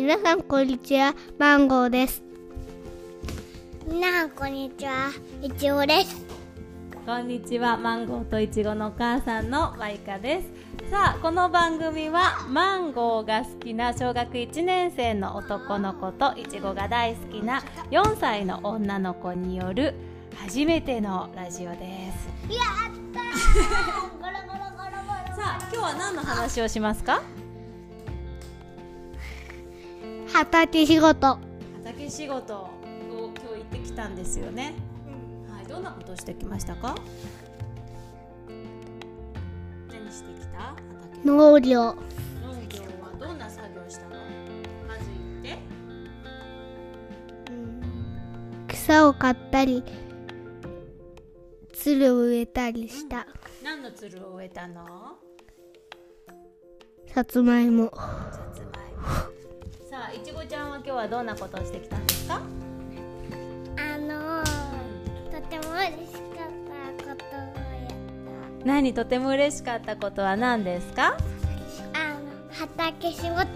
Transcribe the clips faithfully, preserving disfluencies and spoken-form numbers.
皆さんこんにちは、マンゴーです。 皆さんこんにちは、いちごです。 こんにちは、マンゴーといちごのお母さんのマイカです。さあ、この番組はマンゴーが好きな小学いちねん生の男の子といちごが大好きなよんさいの女の子による初めてのラジオです。 やったーゴロゴロゴロゴロ。 さあ、今日は何の話をしますか？ 畑仕事。 畑仕事を今日行ってきたんですよね、うん、はい、どんなことをしてきましたか？何してきた？畑農業。 農業はどんな作業したの？まず行って、 草を刈ったりつるを植えたりした、うん、 何のつるを植えたの？ さつまいも。 さつまいも。さあ、いちごちゃんは今日はどんなことをしてきたんですか？ あのー、とても嬉しかったことをやった。 何、とても嬉しかったことは何ですか？ あの畑仕事やった。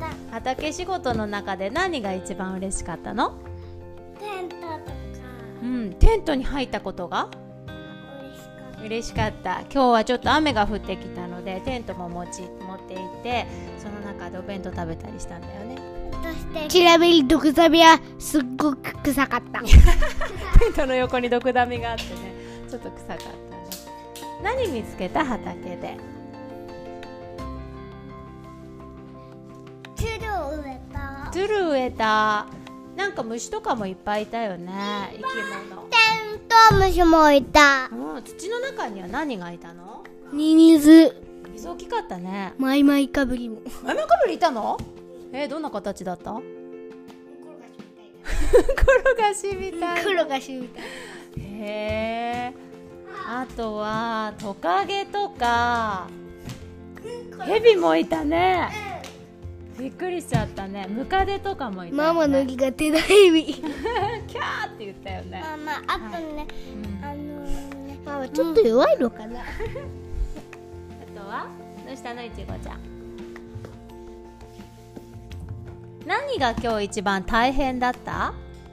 畑仕事の中で何が一番嬉しかったの？ テントとか、 うん、テントに入ったことが嬉しかった。今日はちょっと雨が降ってきたのでテントも持ち持って行ってその中でお弁当食べたりしたんだよね。 そしてちなみに毒ザビはすっごく臭かったテントの横に毒ダミがあってね、ちょっと臭かったね。何見つけた？畑でつるを植えた。 つる植えた。なんか虫とかもいっぱいいたよね、生き物。 テントウムシもいた。 うん、土の中には何がいたの？ ミミズ。 水大きかったね。 マイマイカブリも。 マイマイカブリいたの？えー、どんな形だった？転がしみたい。 黒がしみたい。 へー。あとはトカゲとかヘビもいたね。びっくりしちゃったね。ムカデとかもいた、ね、 ママの苦手なヘビキャーって言ったよね。 ママ、あとね、 はい、 あのー、ね、 ママちょっと弱いのかな、うん、 あとはどうしたの？いちごちゃん、何が今日一番大変だった？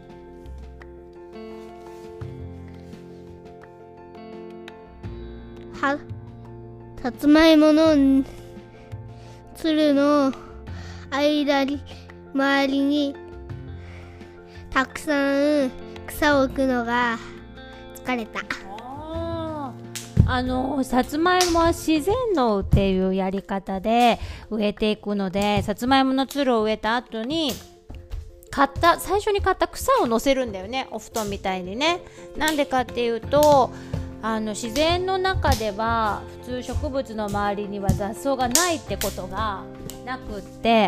はさつまいものつるの間に周りにたくさん草を置くのが疲れた。 ああのさつまいもは自然農っていうやり方で植えていくので、さつまいものつるを植えた後に買った最初に買った草を乗せるんだよね、お布団みたいにね。なんでかっていうと、あの自然の中では普通植物の周りには雑草がないってことがなくって、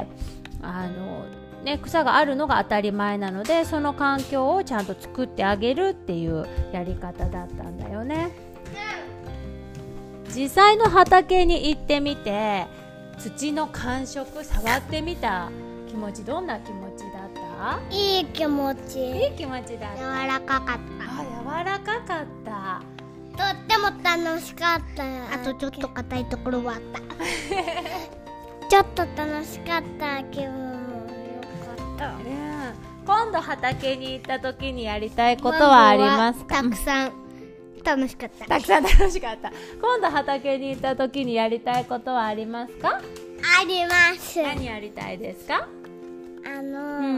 あの、ね、草があるのが当たり前なので、その環境をちゃんと作ってあげるっていうやり方だったんだよね。実際の畑に行ってみて土の感触触ってみた気持ち、どんな気持ちだった？ いい気持ち。 いい気持ちだった。 柔らかかった。 あ、柔らかかった。 とっても楽しかった。 あとちょっと硬いところはあったちょっと楽しかった。気分も良かった、 ね、今度畑に行った時にやりたいことはありますか？ たくさん楽しかった。 たくさん楽しかった。今度畑に行った時にやりたいことはありますか？ あります。 何やりたいですか？ あのー、 うん、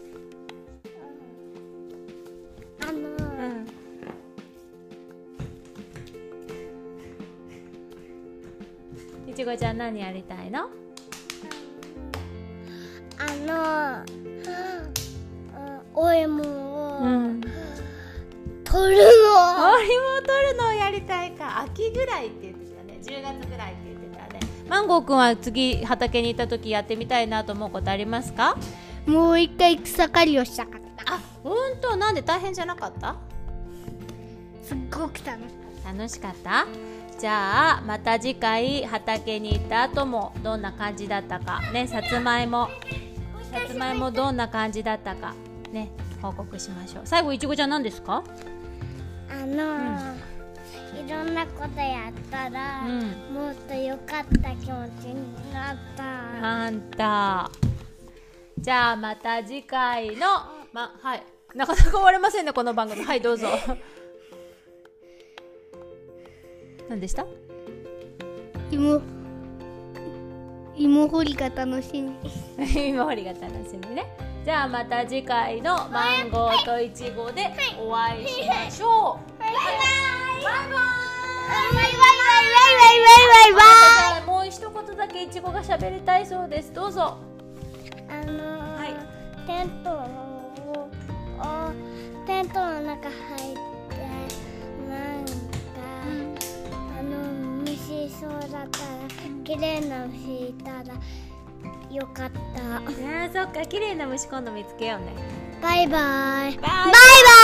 あのー、うんいちごちゃん何やりたいの？ あのお芋を、うん、取るの。お芋取るのをやりたいか。秋ぐらいって言ってたね。じゅうがつぐらいって言ってたね。マンゴーくんは次畑に行った時やってみたいなと思うことありますか？ もう一回草刈りをしたかった。 あ、ほんと？なんで大変じゃなかった？ すっごく楽しかった。 楽しかった？じゃあまた次回畑に行った後もどんな感じだったかね、さつまいもさつまいもどんな感じだったかね、報告しましょう。最後いちごちゃん何ですか？ あのーうん、いろんなことやったら、うん、もっと良かった気持ちになった。 あんたじゃあまた次回のまはいなかなか終われませんねこの番組。はいどうぞ。何でした？ 芋芋掘りが楽しみ。 芋掘りが楽しみね。じゃあまた次回のマンゴーとイチゴでお会いしましょう。 バイバイ。 バイバイ。 バイバイバイバイバイバイバイバイ。 もう一言だけイチゴが喋りたいそうです。どうぞ。 あのーはいテントをおテントの中入ってなんか、あの虫そうだったら綺麗な虫いたらよかった。 あーそっか綺麗な虫今度見つけようね。 バイバイ。 バイバイ。 バイバイ。